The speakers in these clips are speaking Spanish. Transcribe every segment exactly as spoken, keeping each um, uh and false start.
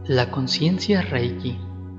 La conciencia Reiki.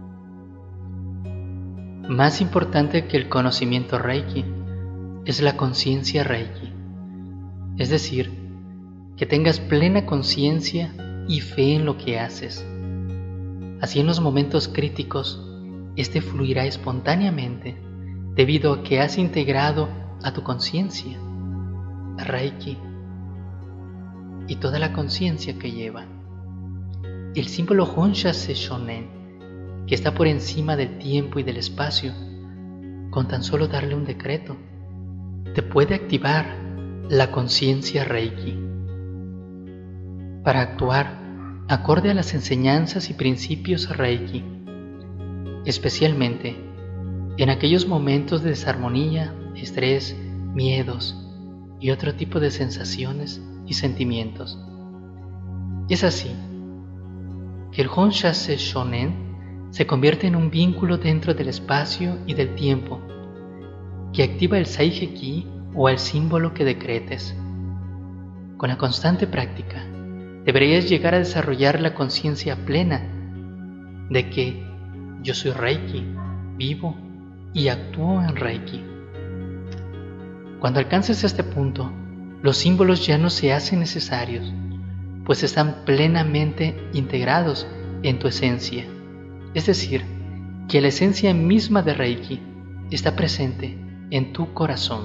Más importante que el conocimiento Reiki es la conciencia Reiki, es decir, que tengas plena conciencia y fe en lo que haces. Así en los momentos críticos, este fluirá espontáneamente debido a que has integrado a tu conciencia Reiki y toda la conciencia que lleva. El símbolo Honsha Seishonen, que está por encima del tiempo y del espacio, con tan solo darle un decreto, te puede activar la conciencia Reiki para actuar acorde a las enseñanzas y principios Reiki, especialmente en aquellos momentos de desarmonía, estrés, miedos y otro tipo de sensaciones y sentimientos. Es así que el Honsha Seishonen se convierte en un vínculo dentro del espacio y del tiempo que activa el Saige-ki o el símbolo que decretes. Con la constante práctica, deberías llegar a desarrollar la conciencia plena de que yo soy Reiki, vivo y actúo en Reiki. Cuando alcances este punto, los símbolos ya no se hacen necesarios, pues están plenamente integrados en tu esencia. Es decir, que la esencia misma de Reiki está presente en tu corazón.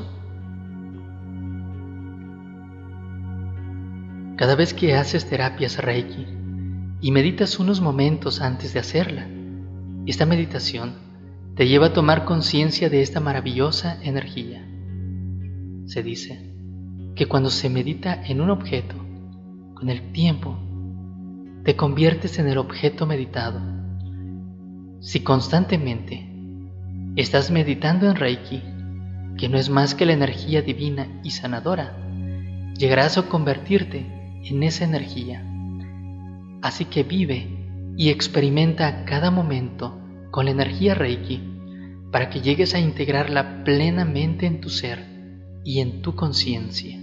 Cada vez que haces terapias Reiki y meditas unos momentos antes de hacerla, esta meditación te lleva a tomar conciencia de esta maravillosa energía. Se dice que cuando se medita en un objeto, con el tiempo, te conviertes en el objeto meditado. Si constantemente estás meditando en Reiki, que no es más que la energía divina y sanadora, llegarás a convertirte en esa energía. Así que vive y experimenta cada momento con la energía Reiki para que llegues a integrarla plenamente en tu ser y en tu conciencia.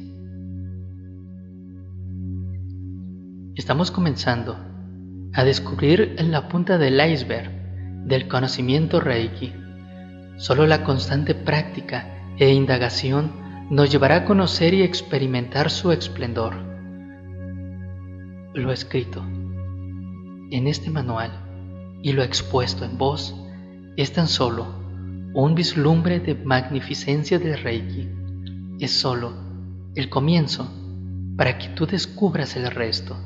Estamos comenzando a descubrir la punta del iceberg del conocimiento Reiki. Solo la constante práctica e indagación nos llevará a conocer y experimentar su esplendor. Lo escrito en este manual y lo expuesto en voz es tan solo un vislumbre de magnificencia del Reiki. Es solo el comienzo para que tú descubras el resto.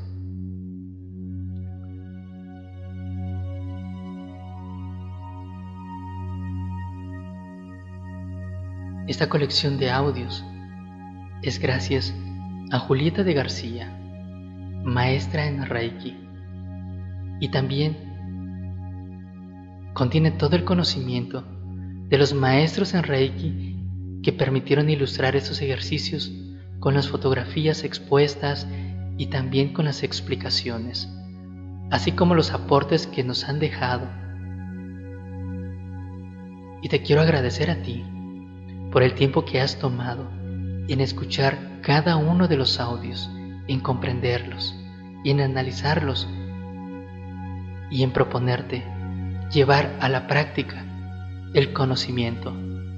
Esta colección de audios es gracias a Julieta de García, maestra en Reiki, y también contiene todo el conocimiento de los maestros en Reiki que permitieron ilustrar estos ejercicios con las fotografías expuestas y también con las explicaciones, así como los aportes que nos han dejado. Y te quiero agradecer a ti por el tiempo que has tomado en escuchar cada uno de los audios, en comprenderlos y en analizarlos y en proponerte llevar a la práctica el conocimiento.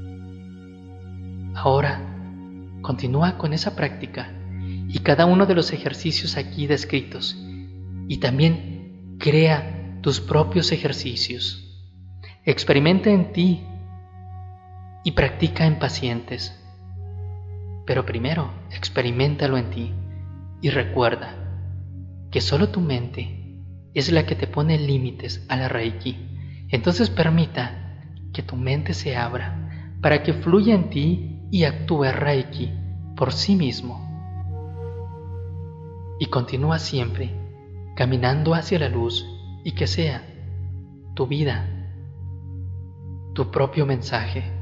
Ahora, continúa con esa práctica y cada uno de los ejercicios aquí descritos y también crea tus propios ejercicios. Experimenta en ti y practica en pacientes. Pero primero, experiméntalo en ti y recuerda que solo tu mente es la que te pone límites a la Reiki. Entonces permita que tu mente se abra para que fluya en ti y actúe Reiki por sí mismo. Y continúa siempre caminando hacia la luz y que sea tu vida, tu propio mensaje.